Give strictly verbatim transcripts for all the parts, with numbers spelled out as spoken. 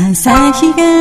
朝日が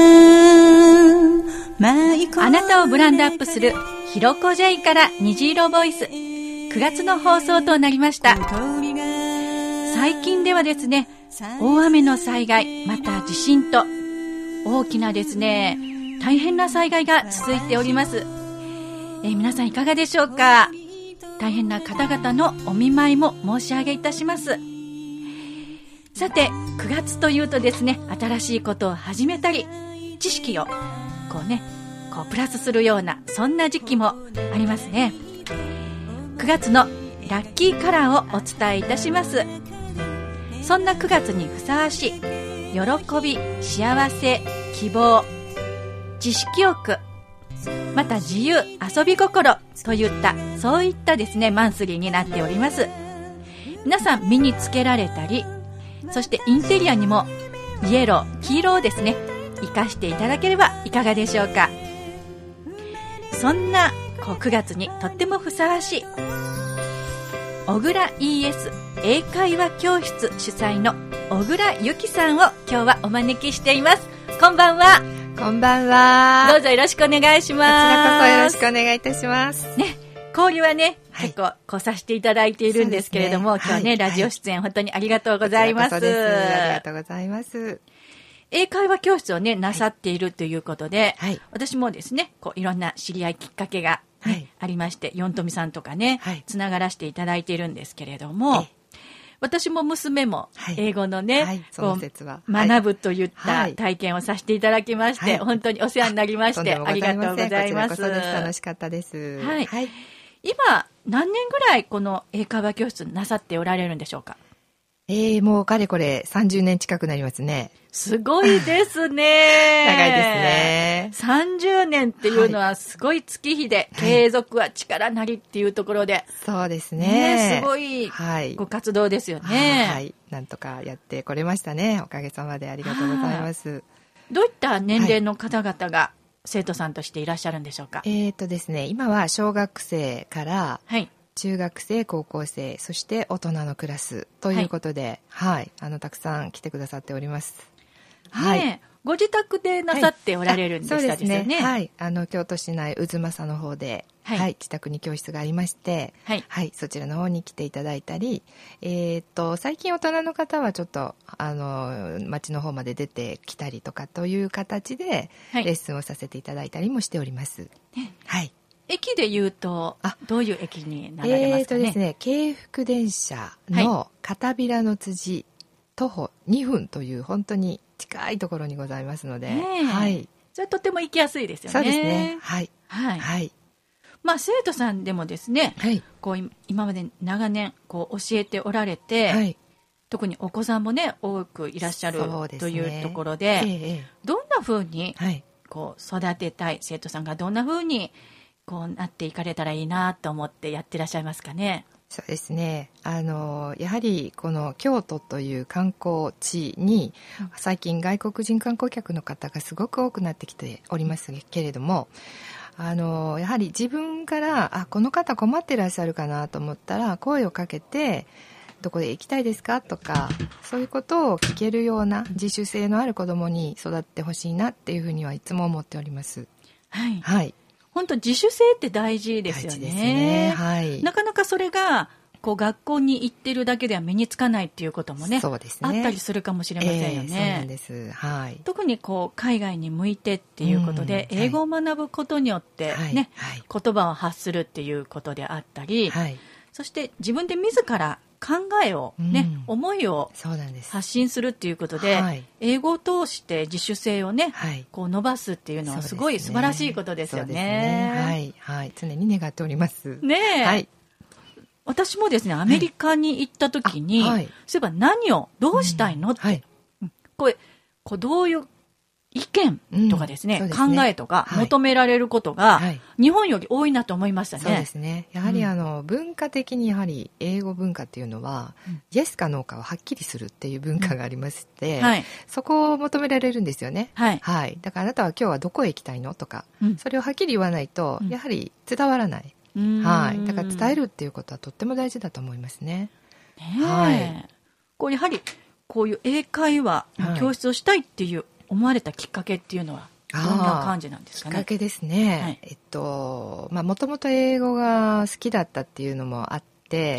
舞い込むあなたをブランドアップするひろこ J から虹色ボイスくがつの放送となりました。最近ではですね、大雨の災害また地震と大きなですね大変な災害が続いております。えー、皆さんいかがでしょうか。大変な方々のお見舞いも申し上げいたします。さてくがつというとですね、新しいことを始めたり知識をこうねこうプラスするようなそんな時期もありますね。くがつのラッキーカラーをお伝えいたします。そんなくがつにふさわしい喜び、幸せ、希望、知識欲、また自由、遊び心といったそういったですねマンスリーになっております。皆さん身につけられたり、そしてインテリアにもイエロー、黄色をですね活かしていただければいかがでしょうか。そんなこうくがつにとってもふさわしい小倉 イーエス 英会話教室主催の小倉由紀さんを今日はお招きしています。こんばんは。 こんばんは。 どうぞよろしくお願いします。 こちらこそよろしくお願いいたしますね。交流はね、はい、結構こうさせていただいているんですけれども、ね、今日ね、はい、ラジオ出演本当にありがとうございます。 こちらこそです。ありがとうございます。 英会話教室をねなさっているということで、 はい、 私もですねこういろんな知り合いきっかけが、ねはい、ありまして、四富さんとかね、はい、つながらせていただいているんですけれども、私も娘も英語のね、はい、こう学ぶといった体験をさせていただきまして、はい、本当にお世話になりまして、ありがとうございます。 こちらこそです。楽しかったです。 はいはい、今何年ぐらいこの英会話教室なさっておられるんでしょうか。 えー、もうかれこれさんじゅうねん近くなりますね。 すごいですね。 長いですね。 さんじゅうねんっていうのはすごい月日で、はい、継続は力なりっていうところで、 そうですね。 ね、すごいご活動ですよね。 はい、はい、なんとかやってこれましたね。おかげさまでありがとうございます。 どういった年齢の方々が生徒さんとしていらっしゃるんでしょうか。 はい、えーとですね、今は小学生から、はい中学生、高校生、そして大人のクラスということで、はい、はい、あのたくさん来てくださっております。 はい、ね、ご自宅でなさっておられるんでした、はい、 そうですね。 ですよね。 はい、あの京都市内渦政の方で、はい、はい、自宅に教室がありまして、はい、はい、そちらの方に来ていただいたり、えー、っと最近大人の方はちょっとあの町の方まで出てきたりとかという形で、はい、レッスンをさせていただいたりもしております。ね、はい。 駅で言うとどういう駅になられますかね。 えーとですね、京福電車の片平の辻、徒歩にふんという本当に近いところにございますので、はい、 それとても行きやすいですよね。 そうですね。はい、 はいはい、まあ生徒さんでもですね、はい、こう今まで長年こう教えておられて、はい、特にお子さんもね多くいらっしゃる、ね、というところで、ええ、どんな風にこう育てたい生徒さんがどんな風にこうなっていかれたらいいなと思ってやってらっしゃいますかね。 そうですね、あのやはりこの京都という観光地に最近外国人観光客の方がすごく多くなってきておりますけれども、あのやはり自分からあこの方困ってらっしゃるかなと思ったら声をかけて、どこで行きたいですかとかそういうことを聞けるような自主性のある子どもに育ってほしいなっていうふうにはいつも思っております。 はい、 はい、 本当自主性って大事ですよね。 大事ですね。はい、 なかなかそれがこう学校に行ってるだけでは身につかないっていうこともね、 そうですね、 あったりするかもしれませんよね。 えー、そうなんです、はい、 特にこう海外に向いてっていうことで、うん、英語を学ぶことによってね、はい、言葉を発するっていうことであったり、はい、そして自分で自ら考えをね、うん、思いを発信するっていうことで、はい、英語を通して自主性をね、はい、こう伸ばすっていうのはすごい素晴らしいことですよね。そうですね、 はいはい、常に願っておりますね。え、はい、私もですねアメリカに行った時に、はい、そういえば何をどうしたいのって、うんはい、これこうどういう意見とかですね、うん、ですね、考えとか求められることが、はい、日本より多いなと思いましたね。 そうですね、やはりあの、うん、文化的にやはり英語文化っていうのは、うん、イエスかノーかをはっきりするっていう文化がありまして、うん、はい、そこを求められるんですよね。はいはい、だからあなたは今日はどこへ行きたいのとか、うん、それをはっきり言わないと、うん、やはり伝わらない、はい、だから伝えるっていうことはとっても大事だと思いますね。 ねえ、はい、こうやはりこういう英会話の教室をしたいっていう思われたきっかけっていうのはどんな感じなんですかね。 きっかけですね。はい、えっと、まあもともと英語が好きだったっていうのもあって、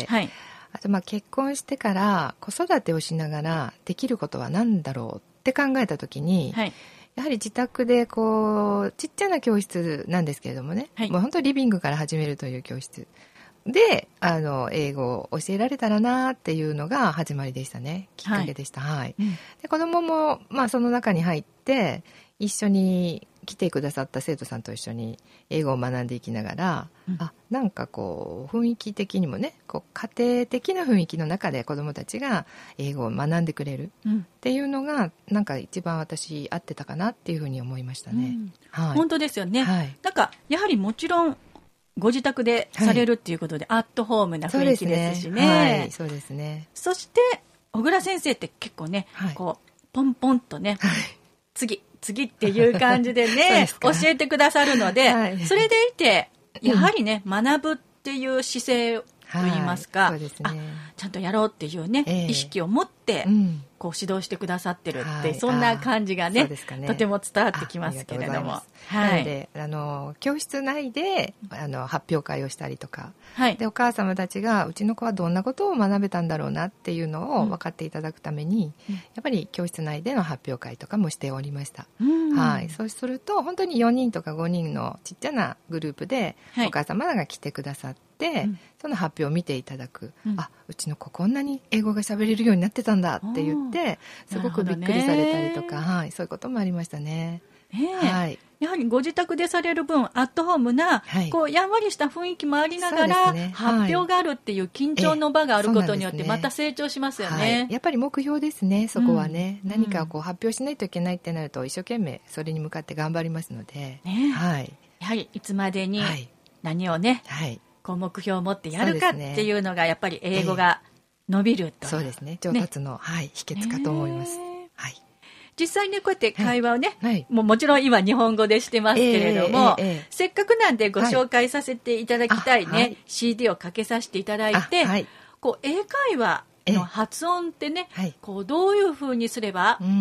はい、あとまあ結婚してから子育てをしながらできることは何だろうって考えたときに、はい、やはり自宅でこうちっちゃな教室なんですけれどもね、はい、もう本当リビングから始めるという教室であの英語を教えられたらなっていうのが始まりでしたね。きっかけでした。はい、はいうん、で子供もまあその中に入って一緒に来てくださった生徒さんと一緒に英語を学んでいきながら、うん、あなんかこう雰囲気的にもねこう家庭的な雰囲気の中で子どもたちが英語を学んでくれるっていうのが、うん、なんか一番私合ってたかなっていうふうに思いましたね。うんはい、 本当ですよね、はい、なんかやはりもちろんご自宅でされるっていうことで、はい、アットホームな雰囲気ですしね。 そうですね。 そして小倉先生って結構ね、はい、こうポンポンとね、はい、次次っていう感じでね教えてくださるので、はい、それでいてやはりね、うん、学ぶっていう姿勢といいますか、はい、そうですね、あちゃんとやろうっていうね、えー、意識を持って、うん、こう指導してくださってるって、はい、そんな感じが ね, ねとても伝わってきますけれども、はい、 なのであの教室内であの発表会をしたりとか、はい、でお母様たちがうちの子はどんなことを学べたんだろうなっていうのを分かっていただくために、うん、やっぱり教室内での発表会とかもしておりました、うんはい、そうすると本当によにんとかごにんのちっちゃなグループでお母様が来てくださって、はい、その発表を見ていただく、うん、あうちの子こんなに英語が喋れるようになってたんだって言ってすごくびっくりされたりとか、はい、そういうこともありましたね。 えーはい、やはりご自宅でされる分アットホームな、はい、こうやんわりした雰囲気もありながら、ね、発表があるっていう緊張の場があることによってまた成長しますよね。はい、 やっぱり目標ですね。そこはね、うん、何かこう発表しないといけないってなると一生懸命それに向かって頑張りますので、ねはい、 やはりいつまでに何をね、はい、こう目標を持ってやるかっていうのがやっぱり英語が伸びると、 そうですね、上達の、ねはい、秘訣かと思います。はい、 実際にこうやって会話をね、はいはい、もうもちろん今日本語でしてますけれども、えーえーえー、せっかくなんでご紹介させていただきたいね、はい、シーディー をかけさせていただいて、はい、こう英会話の発音ってね、えー、こうどういうふうにすれば、はい、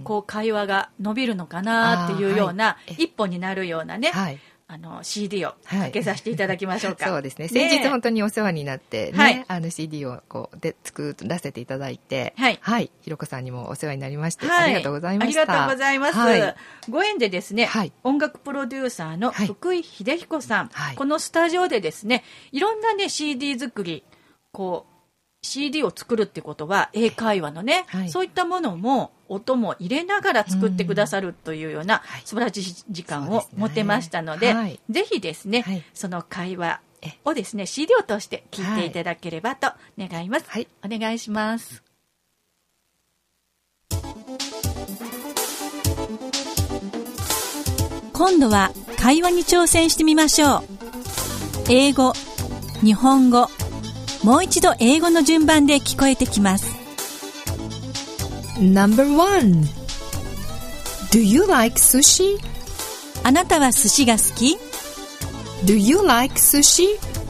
こう会話が伸びるのかなっていうような、一歩になるようなね、はいあの シーディー をかけさせていただきましょうか。 はい、そうですね。先日本当にお世話になってね、はい、あの シーディー をこうで作らせていただいて、はい、はい、ひろこさんにもお世話になりまして、はい、ありがとうございました。 ありがとうございます。はい、ご縁でですね、はい、音楽プロデューサーの福井秀彦さん、はい、このスタジオでですね、いろんなね シーディー 作り、こう シーディー を作るってことは英会話のね、はい、そういったものも音も入れながら作ってくださるというような素晴らしい時間を持てましたので、はい、ぜひですね、はい、その会話をですね シーディー を通して聞いていただければと願います、はい、お願いします。今度は会話に挑戦してみましょう。英語、日本語、もう一度英語の順番で聞こえてきます。 ナンバーワン Do you like sushi? あなたは寿司が好き？ Do you like sushi?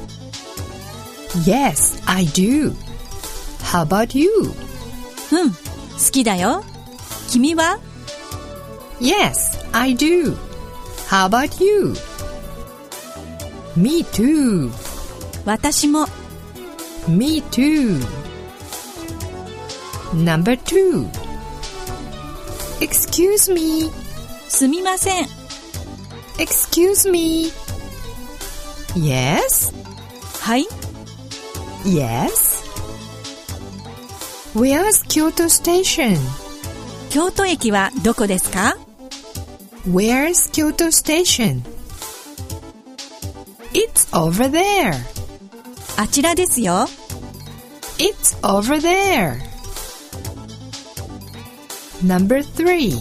Yes, I do. How about you? うん、好きだよ。君は？ Yes, I do. How about you? Me too. 私も。 Me too. Number two. Excuse me. すみません。 Excuse me. Yes. はい。 Yes. Where's Kyoto Station? 京都駅はどこですか？ Where's Kyoto Station? It's over there. あちらですよ。 It's over there. Number three.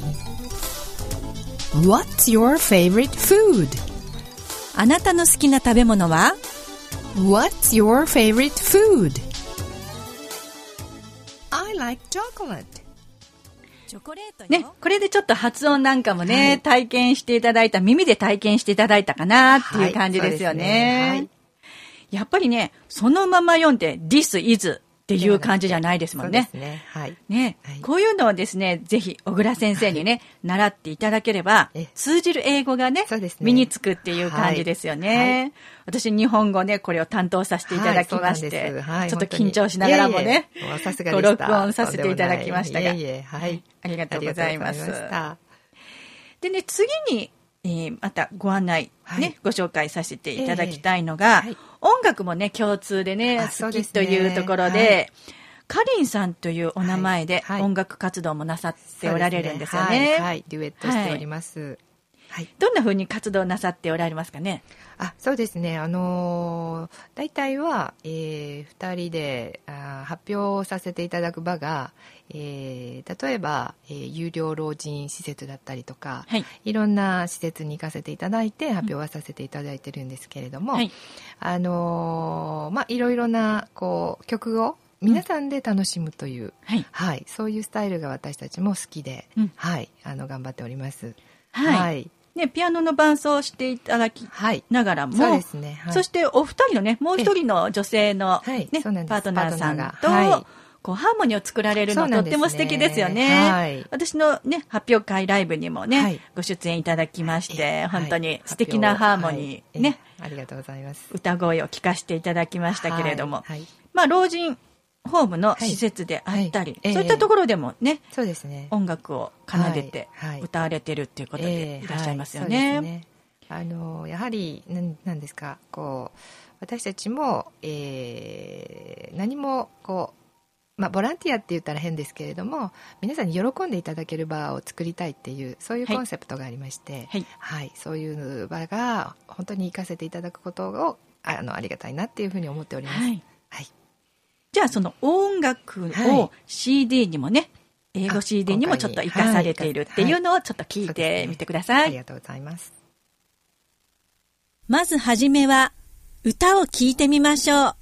What's your favorite food? あなたの好きな食べ物は？ What's your favorite food? I like chocolate. チョコレートね、これでちょっと発音なんかもね、はい、体験していただいた、耳で体験していただいたかなっていう感じですよね。はい、そうですね。はい、やっぱりね、そのまま読んで This is っっていう感じじゃないですもんね。 そうですね。はい。 ね、はい、こういうのをですね、ぜひ小倉先生にね、はい、習っていただければ、通じる英語がね、そうですね、身につくっていう感じですよね。はいはい、私日本語ね、これを担当させていただきまして、はいはい、ちょっと緊張しながらもね、 いえいえさすがでした。 録音させていただきましたが、 いえいえ、はい、 ありがとうございます。でね、次に、えー、またご案内、ね、はい、ご紹介させていただきたいのが、えーはい、音楽もね、共通でね、好きというところで、はい、かりんさんというお名前で音楽活動もなさっておられるんですよね。はい、 はいはい、デュエットしております。はいはい、どんな風に活動なさっておられますかね。 あ、そうですね。あのー、大体は、えー、ふたりであ発表させていただく場が、えー、例えば、えー、有料老人施設だったりとか、はい、いろんな施設に行かせていただいて発表はさせていただいてるんですけれども、はい、あのー、まあいろいろなこう曲を皆さんで楽しむという、うんはいはい、そういうスタイルが私たちも好きで、うんはい、あの頑張っております。 はい、はいね、ピアノの伴奏をしていただきながらも、はい、そうですね、はい、そしてお二人のね、もう一人の女性の、ねはい、パートナーさんと、はい、こうハーモニーを作られるの、ね、とっても素敵ですよね。はい、私のね、発表会ライブにもね、はい、ご出演いただきまして、本当に素敵なハーモニー、ね、 ありがとうございます。 歌声を聞かせていただきましたけれども、はいはい、まあ老人ホームの施設であったり、はいはい、そういったところでもね、えー、そうですね、音楽を奏でて歌われてるっていうことでいらっしゃいますよね。 はいはい、そうですね。あのやはり何ですか、こう私たちも、えー、何もこう、まあ、ボランティアって言ったら変ですけれども、皆さんに喜んでいただける場を作りたいっていう、そういうコンセプトがありまして、はいはい、そういう場が本当に行かせていただくことを あのありがたいなっていうふうに思っております。はいはい、 じゃあその音楽を シーディー にもね、はい、英語 シーディー にもちょっと活かされているっていうのをちょっと聞いてみてください。はいはい、 ありがとうございます。 まずはじめは歌を聴いてみましょう。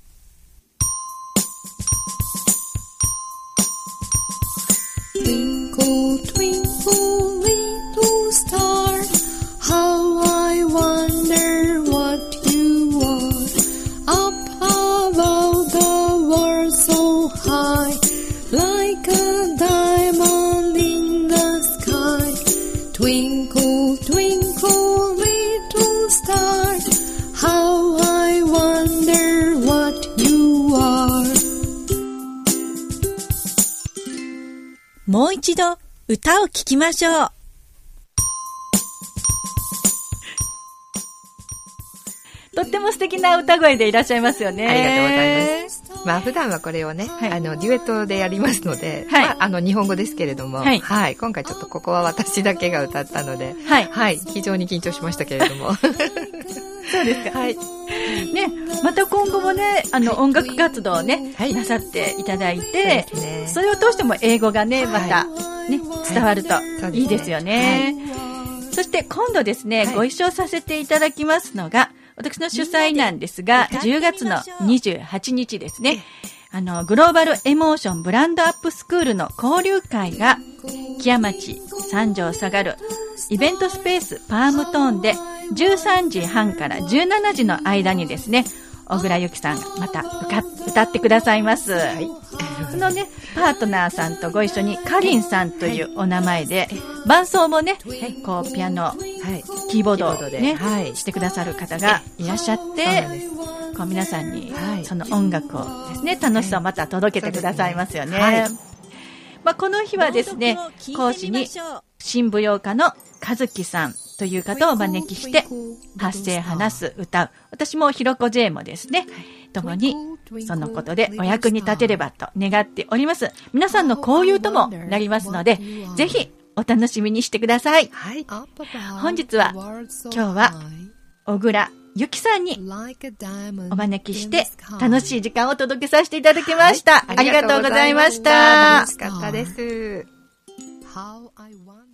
Twinkle, twinkle, little star, how I wonder what you are. Up above the world so high, like a diamond in the sky. Twinkle, twinkle, little star, how I wonder what you are. もう一度歌を聴きましょう。とっても素敵な歌声でいらっしゃいますよね。 ありがとうございます。まあ普段はこれをね、はい、あのデュエットでやりますので、はい、まあ、あの日本語ですけれども、はいはい、今回ちょっとここは私だけが歌ったので、はいはい、非常に緊張しましたけれども。 そうですか。はい。ね、また今後もね、あの、はい、音楽活動をね、はい、なさっていただいて、 そ, ね、それを通しても英語がね、また、ね、はい、伝わるといいですよね。はい、そして今度ですね、はい、ご一緒させていただきますのが、私の主催なんですが、じゅうがつのにじゅうはちにちですね、あの、グローバルエモーションブランドアップスクールの交流会が、木屋町三条下がるイベントスペースパームトーンでじゅうさんじはんからじゅうしちじの間にですね、小倉由紀さんがまた歌ってくださいます。はい、そのね、パートナーさんとご一緒にかりんさんというお名前で、伴奏もね、こうピアノ、はい、キーボードをね、はい、してくださる方がいらっしゃって、こう皆さんにその音楽をですね、楽しさをまた届けてくださいますよね。はい、まあ、この日はですね、講師に新舞踊家の和樹さんという方をお招きして発声話す歌う、私もひろこ J もですね、共にそのことでお役に立てればと願っております。皆さんの交流ともなりますので、ぜひお楽しみにしてください。はい、本日は今日は小倉由紀さんにお招きして楽しい時間を届けさせていただきました。はい、ありがとうございました。 楽しかったです。